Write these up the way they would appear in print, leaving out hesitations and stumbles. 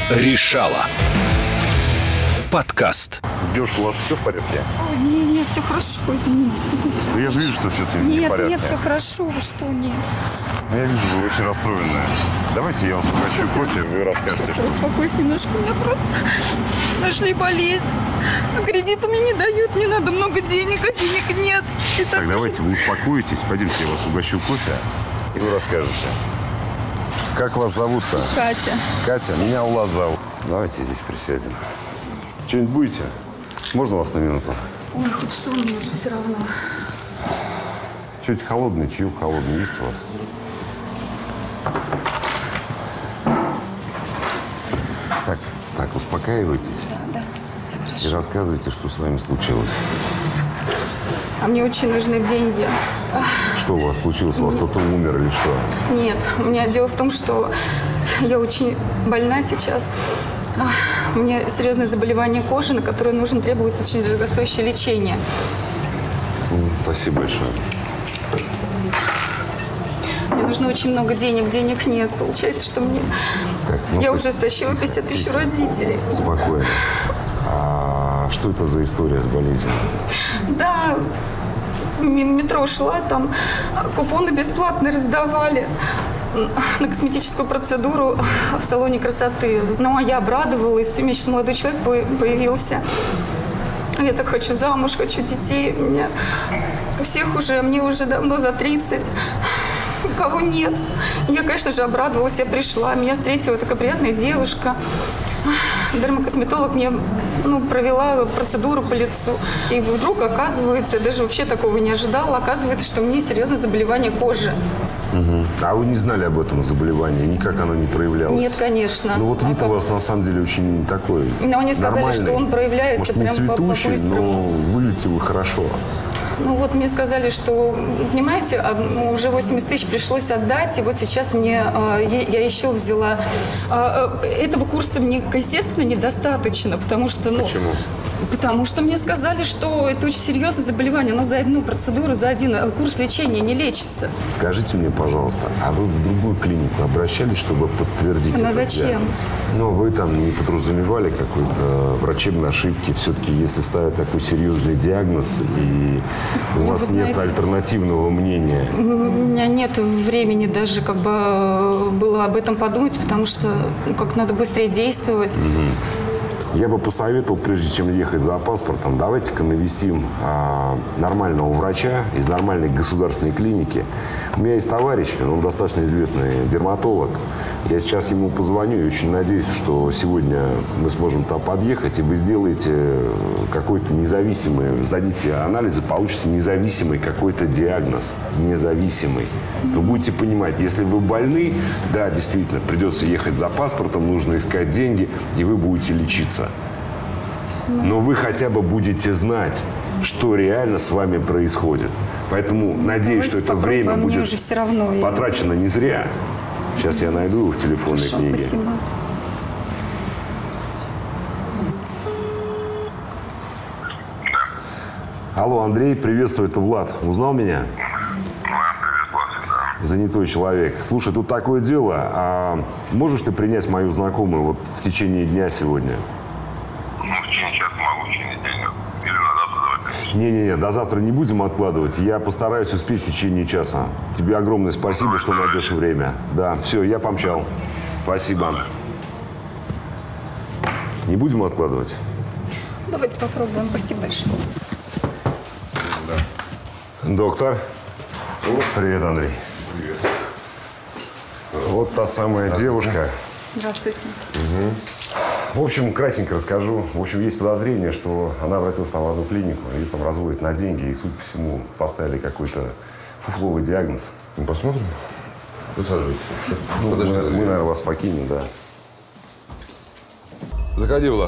Решала. Подкаст. Девушка, у вас все в порядке? Ой, нет, все хорошо, извините. Да я же вижу, что все не в порядке. Нет, все хорошо, вы что, нет. Но я вижу, вы очень расстроенная. Давайте я вас угощу кофе, вы расскажете. Успокойся немножко, у меня просто нашли болезнь. А кредит мне не дают, мне надо много денег, а денег нет. Так, давайте вы успокоитесь, пойдемте, я вас угощу кофе, и вы расскажете. Как вас зовут-то? Катя. Катя, меня Влад зовут. Давайте здесь присядем. Что-нибудь будете? Можно вас на минуту? Ой, хоть что мне уже все равно. Что-нибудь холодное, чаек холодный есть у вас? Так, успокаивайтесь. Да, все хорошо. И рассказывайте, что с вами случилось. А мне очень нужны деньги. Что у вас случилось? У вас кто-то умер или что? Нет, у меня дело в том, что я очень больна сейчас. У меня серьезное заболевание кожи, на которое требуется очень дорогостоящее лечение. Спасибо большое. Мне нужно очень много денег. Денег нет. Получается, что мне... Так, я уже стащила 50 тысяч у родителей. Спокойно. А что это за история с болезнью? Да, мимо метро шла, там купоны бесплатно раздавали на косметическую процедуру в салоне красоты. Ну, а я обрадовалась. У меня сейчас молодой человек появился. Я так хочу замуж, хочу детей. У меня у всех уже, мне уже давно за 30. Никого нет. Я, конечно же, обрадовалась. Я пришла. Меня встретила такая приятная девушка. Дермокосметолог мне провела процедуру по лицу. И вдруг, оказывается, я даже вообще такого не ожидала, оказывается, что у меня серьезное заболевание кожи. Угу. А вы не знали об этом заболевании? Никак оно не проявлялось? Нет, конечно. Ну вот вид у вас на самом деле очень такой Но они сказали, нормальный. что он проявляется. Может, не прям цветущий, по-быстрому. но выглядите вы хорошо. Ну вот мне сказали, что, понимаете, уже 80 тысяч пришлось отдать, и вот сейчас я еще взяла. Этого курса мне, естественно, недостаточно, потому что... Почему? Потому что мне сказали, что это очень серьезное заболевание, оно за одну процедуру, за один курс лечения не лечится. Скажите мне, пожалуйста, а вы в другую клинику обращались, чтобы подтвердить Но этот зачем? диагноз? Но вы там не подразумевали какой-то врачебной ошибки? Все-таки, если ставят такой серьезный диагноз, и у вас нет альтернативного мнения? У меня нет времени даже было об этом подумать, потому что как надо быстрее действовать. Я бы посоветовал, прежде чем ехать за паспортом, давайте-ка навестим нормального врача из нормальной государственной клиники. У меня есть товарищ, он достаточно известный дерматолог. Я сейчас ему позвоню и очень надеюсь, что сегодня мы сможем туда подъехать, и вы сделаете какой-то независимый, сдадите анализы, получится независимый какой-то диагноз. Независимый. Вы будете понимать, если вы больны, да, действительно, придется ехать за паспортом, нужно искать деньги, и вы будете лечиться. Но вы хотя бы будете знать, что реально с вами происходит. Поэтому надеюсь, что это время будет потрачено не зря. Сейчас я найду его в телефонной книге. Спасибо. Алло, Андрей, приветствую, это Влад. Узнал меня? Привет, Влад, да. Занятой человек. Слушай, тут такое дело. А можешь ты принять мою знакомую вот в течение дня сегодня? В течение часа могу, в течение дня. Или на завтра давай. Не-не-не, до завтра не будем откладывать. Я постараюсь успеть в течение часа. Тебе огромное спасибо, что найдешь время. Да, все, я помчал. Спасибо. Не будем откладывать? Давайте попробуем. Спасибо большое. Доктор. Привет, Андрей. Привет. Вот та самая девушка. Здравствуйте. В общем, кратенько расскажу. В общем, есть подозрение, что она обратилась там в одну клинику, ее там разводят на деньги, и, судя по всему, поставили какой-то фуфловый диагноз. Ну, посмотрим. Присаживайтесь. Мы, наверное, вас покинем, да. Заходи, Влад.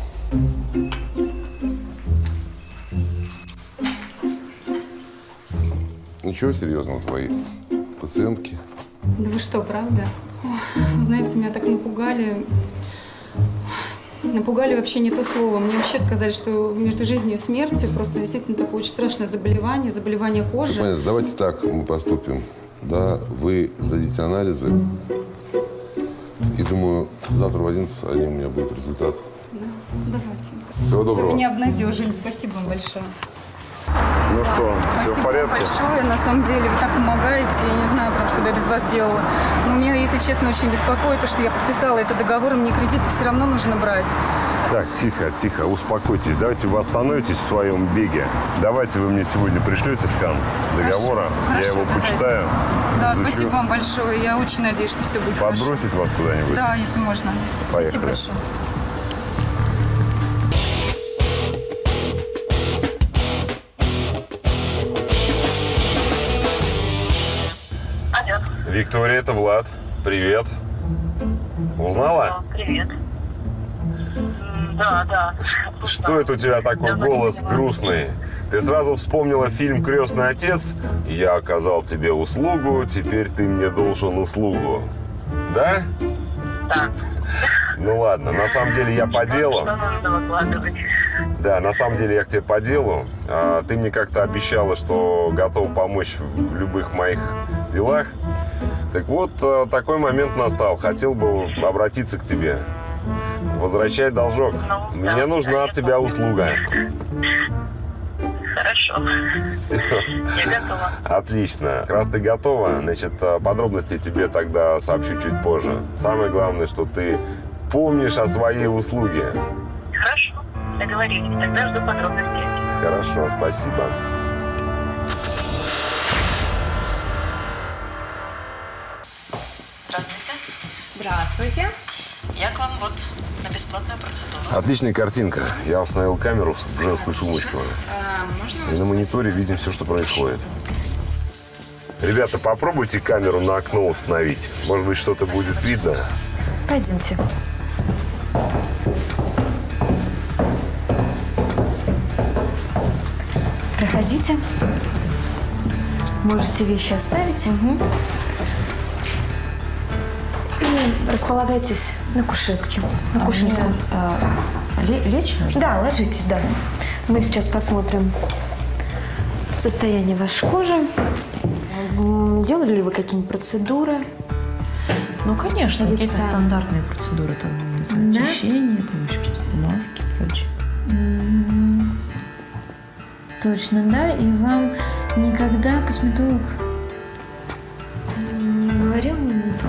Ничего серьезного твоей пациентки? Да вы что, правда? Ой, знаете, меня так напугали. Напугали вообще не то слово. Мне вообще сказали, что между жизнью и смертью просто действительно такое очень страшное заболевание кожи. Понятно. Давайте так мы поступим. Да, вы сдадите анализы, и думаю, завтра в 11 у меня будет результат. Да, давайте. Всего доброго. Вы меня обнадежили. Спасибо вам большое. Ну что, все в Спасибо порядке? большое. На самом деле, вы так помогаете. Я не знаю, прям, что бы я без вас делала. Но меня, если честно, очень беспокоит то, что я подписала этот договор, мне кредиты все равно нужно брать. Так, тихо, успокойтесь. Давайте вы остановитесь в своем беге. Давайте вы мне сегодня пришлете скан договора. Хорошо, я его обязательно. почитаю. Да, изучу. спасибо вам большое. Я очень надеюсь, что все будет хорошо. Подбросить вас куда-нибудь? Да, если можно. Поехали. Спасибо большое. Алло. Виктория, это Влад. Привет. Узнала? Привет. Да. Что это у тебя такой голос грустный? Ты сразу вспомнила фильм «Крестный отец»? Я оказал тебе услугу, теперь ты мне должен услугу. Да? Да. Ну ладно, на самом деле я по делу. Что нужно выкладывать? Да, на самом деле я к тебе по делу. Ты мне как-то обещала, что готова помочь в любых моих делах. Так вот, такой момент настал. Хотел бы обратиться к тебе. Возвращай должок. Мне нужна от тебя услуга. Хорошо. Все. Я готова. Отлично. Как раз ты готова, значит, подробности тебе тогда сообщу чуть позже. Самое главное, что ты помнишь о своей услуге. Хорошо. Договорились. Тогда жду подробностей. Хорошо, спасибо. Здравствуйте. Здравствуйте. Я к вам вот на бесплатную процедуру. Отличная картинка. Я установил камеру в женскую сумочку. Можно И на мониторе видим все, что происходит. Ребята, попробуйте камеру на окно установить. Может быть, что-то будет видно. Пойдемте. Проходите. Можете вещи оставить. И располагайтесь на кушетке. На кушетку. Лечь нужно? Да, ложитесь, да. Мы сейчас посмотрим состояние вашей кожи. Делали ли вы какие-нибудь процедуры? Ну, конечно, Лица. какие-то стандартные процедуры, там, не знаю, Да? очищение, там еще что-то, маски и прочее. Точно, да? И вам никогда косметолог не говорил,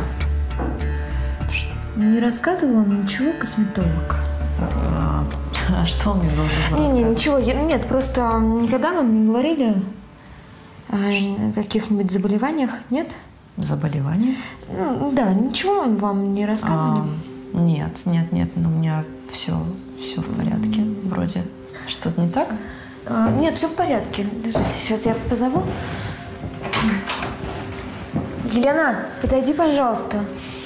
не рассказывал вам ничего косметолог? А что он мне должен был Не, рассказать? ничего, нет, просто никогда вам не говорили о каких-нибудь заболеваниях, нет? Заболевание? Ну, да, ничего вам не рассказывали? Нет, но у меня все в порядке, вроде. Что-то не так? Нет, все в порядке. Подождите, сейчас я позову. Елена, подойди, пожалуйста.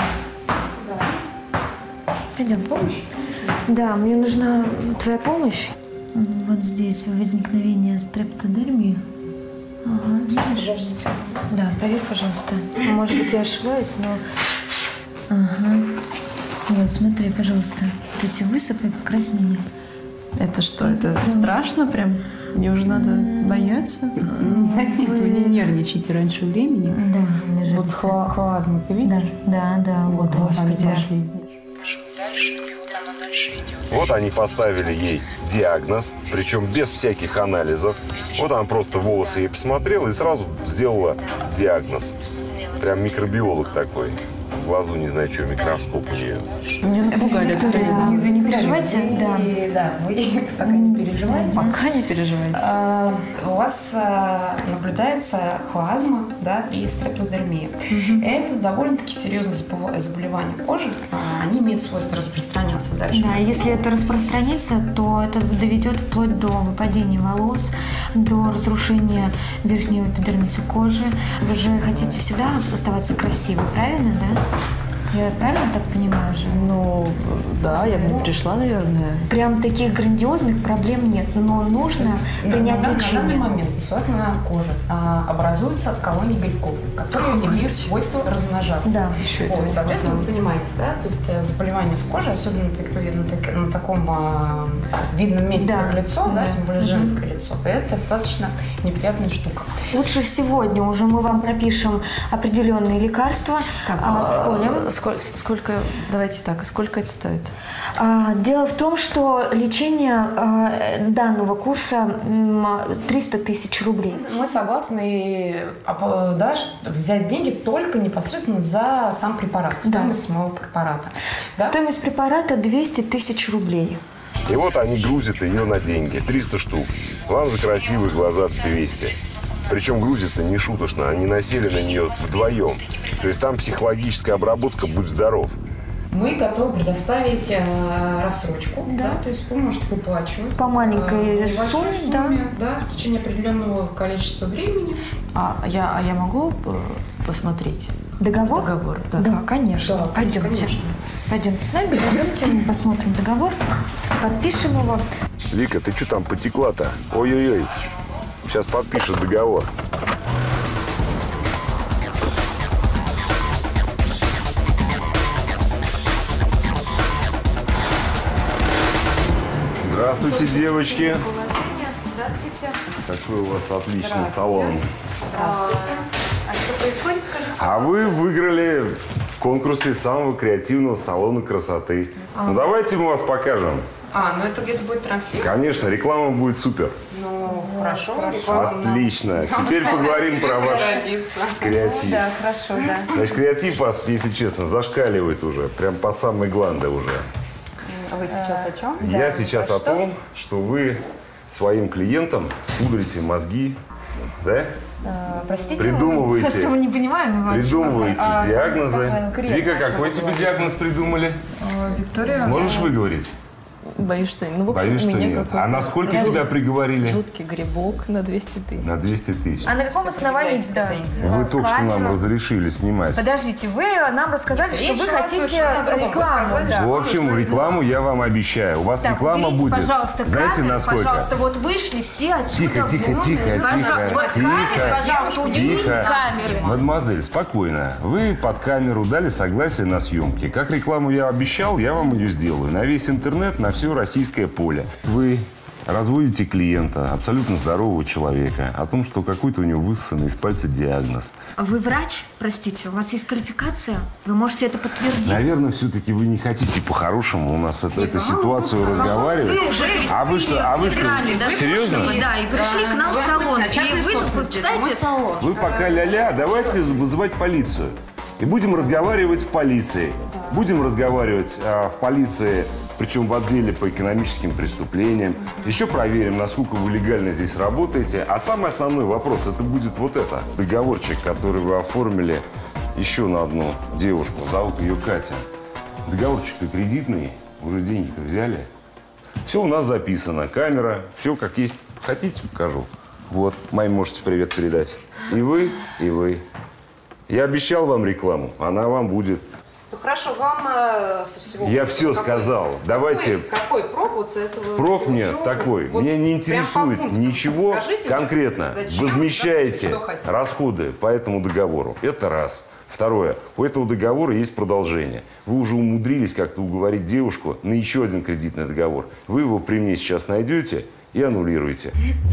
Пойдем. Помощь? Да, мне нужна твоя помощь. Вот здесь возникновение стрептодермии. Ага, видишь? Да, проверь, пожалуйста. Может быть, я ошибаюсь, но... Ага. Вот, смотри, пожалуйста. Вот эти высыпы, покраснения. Это что, это страшно прям? Мне уже надо бояться? Нет, вы не нервничайте раньше времени. Да, мне же Вот объясняют. хлазму ты видишь? Да, вот, господи. Они пошли здесь. Вот они поставили ей диагноз, причем без всяких анализов. Вот она просто волосы ей посмотрела и сразу сделала диагноз. Прям микробиолог такой. В глазу не знаю, что микроскоп у нее. Меня напугали. Виктория, вы не переживайте. Да. Да, вы пока не переживайте. Пока не переживайте. У вас наблюдается хлазма, да, и стрептодермия. Это довольно-таки серьезное заболевание кожи. Они имеют свойство распространяться дальше. Да, если это распространится, то это доведет вплоть до выпадения волос, до разрушения верхнего эпидермиса кожи. Вы же хотите всегда оставаться красивой, правильно, да? Я правильно так понимаю же? Ну, да, я бы не пришла, наверное. Прям таких грандиозных проблем нет, но нужно принять На данный лечение. момент у вас на коже образуются колонии грибков, которые имеют свойство размножаться. Да. Еще Вот, это соответственно, да. вы понимаете, да, то есть заболевание с кожей, особенно на таком видном месте, Да. как лицо, да, Да. тем более женское лицо, это достаточно неприятная штука. Лучше сегодня уже мы вам пропишем определенные лекарства, Так, вколем. Сколько, давайте так, сколько это стоит? Дело в том, что лечение данного курса 300 тысяч рублей. Мы согласны да, взять деньги только непосредственно за сам препарат, стоимость самого препарата. Да? Стоимость препарата 200 тысяч рублей. И вот они грузят ее на деньги. 300 штук. Вам за красивые глаза 200. Причем грузят-то не шуточно. Они насели на нее вдвоем. То есть там психологическая обработка «Будь здоров». Мы готовы предоставить рассрочку. Да. То есть вы можете выплачивать. По маленькой сумме, да, в течение определенного количества времени. А я могу посмотреть? Договор? Договор, да. Да, конечно. Да, Пойдемте. конечно. Пойдемте с нами, пойдемте, мы посмотрим договор, подпишем его. Вика, ты что там потекла-то? Ой-ой-ой. Сейчас подпишет договор. Здравствуйте, девочки. Здравствуйте. Какой у вас отличный салон. Здравствуйте. А что происходит, скажите? А вы выиграли в конкурсе самого креативного салона красоты. Ну, давайте мы вас покажем. Ну это где-то будет транслироваться? Конечно, реклама будет супер. Ну, хорошо. Отлично. Теперь поговорим про ваш креатив. Да, хорошо, да. Значит, креатив вас, если честно, зашкаливает уже. Прям по самой гланды уже. Вы сейчас о чем? Я сейчас о том, что вы своим клиентам пудрите мозги, да? Простите, Придумываете. просто мы не понимаем. Придумываете диагнозы. Вика, какой тебе диагноз придумали? Виктория. Сможешь выговорить? Боюсь, что... Ну, в общем, Боюсь, что у меня нет. какой-то А насколько тебя приговорили? жуткий грибок на 200 тысяч. На 200 тысяч. А на каком основании? Да. Вы только что нам Камера. разрешили снимать. Подождите, вы нам рассказали, что вы хотите рекламу. Да. В общем, рекламу я вам обещаю. У вас Так, реклама уберите, будет. пожалуйста, Знаете, камеры, насколько? пожалуйста, вот вышли все отсюда. Тихо. Пожалуйста, уберите Тихо. камеры. Мадемуазель, спокойно. Вы под камеру дали согласие на съемки. Как рекламу я обещал, я вам ее сделаю. На весь интернет, на все российское поле. Вы разводите клиента, абсолютно здорового человека, о том, что какой-то у него высосанный из пальца диагноз. Вы врач? Простите, у вас есть квалификация? Вы можете это подтвердить? Наверное, все-таки вы не хотите по-хорошему у нас эту ситуацию разговаривать. Вы уже А вы что? Серьезно? Да, и пришли к нам в салон. И вы, кстати, Вы пока ля-ля, давайте вызывать полицию. И будем разговаривать в полиции. Будем разговаривать в полиции, причем в отделе по экономическим преступлениям. Еще проверим, насколько вы легально здесь работаете. А самый основной вопрос, это будет вот это. Договорчик, который вы оформили еще на одну девушку. Зовут ее Катя. Договорчик-то кредитный, уже деньги-то взяли. Все у нас записано, камера, все как есть. Хотите, покажу? Вот, маме можете привет передать. И вы, и вы. Я обещал вам рекламу, она вам будет. Ну хорошо, вам со всего... Я все сказал. Давайте. Какой пропуск этого? Проб мне такой. Вот Меня не прям по интересует пунктам. ничего Скажите, конкретно. зачем? Возмещаете Скажите, что хотите. расходы по этому договору. Это раз. Второе. У этого договора есть продолжение. Вы уже умудрились как-то уговорить девушку на еще один кредитный договор. Вы его при мне сейчас найдете и аннулируете.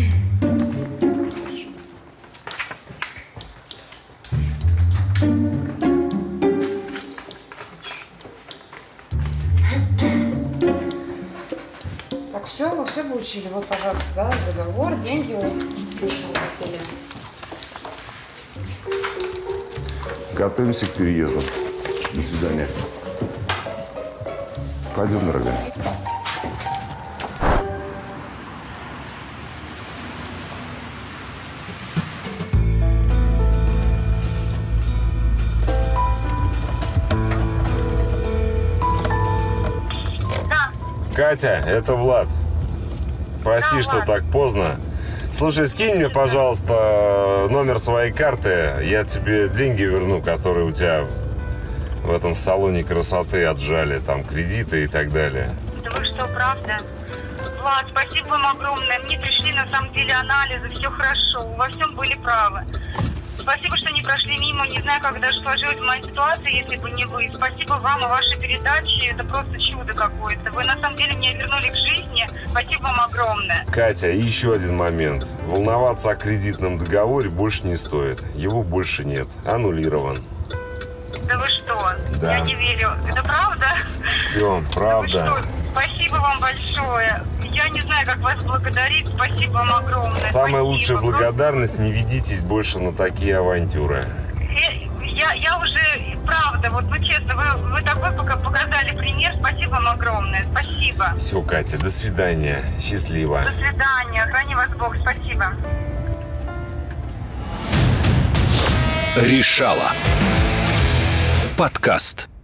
Так, все, вы все получили. Вот, пожалуйста, да, договор, деньги, что вы хотели. Готовимся к переезду. До свидания. Пойдем, дорогая. Катя, это Влад. Прости, что так поздно. Слушай, скинь мне, пожалуйста, номер своей карты. Я тебе деньги верну, которые у тебя в этом салоне красоты отжали. Там кредиты и так далее. Да вы что, правда? Влад, спасибо вам огромное. Мне пришли на самом деле анализы, все хорошо. Во всем были правы. Спасибо, что не прошли мимо. Не знаю, как даже сложилась моя ситуация, если бы не вы. Спасибо вам и вашей передаче. Это просто чудо какое-то. Вы на самом деле меня вернули к жизни. Спасибо вам огромное. Катя, еще один момент. Волноваться о кредитном договоре больше не стоит. Его больше нет. Аннулирован. Да вы что? Да. Я не верю. Это правда? Все, правда. Что? Спасибо вам большое. Я не знаю, как вас благодарить. Спасибо вам огромное. Самая Спасибо. лучшая благодарность – не ведитесь больше на такие авантюры. Я уже, правда, вот, ну честно, вы такой показали пример. Спасибо вам огромное. Спасибо. Все, Катя, до свидания. Счастливо. До свидания. Храни вас Бог. Спасибо. Решала. Подкаст.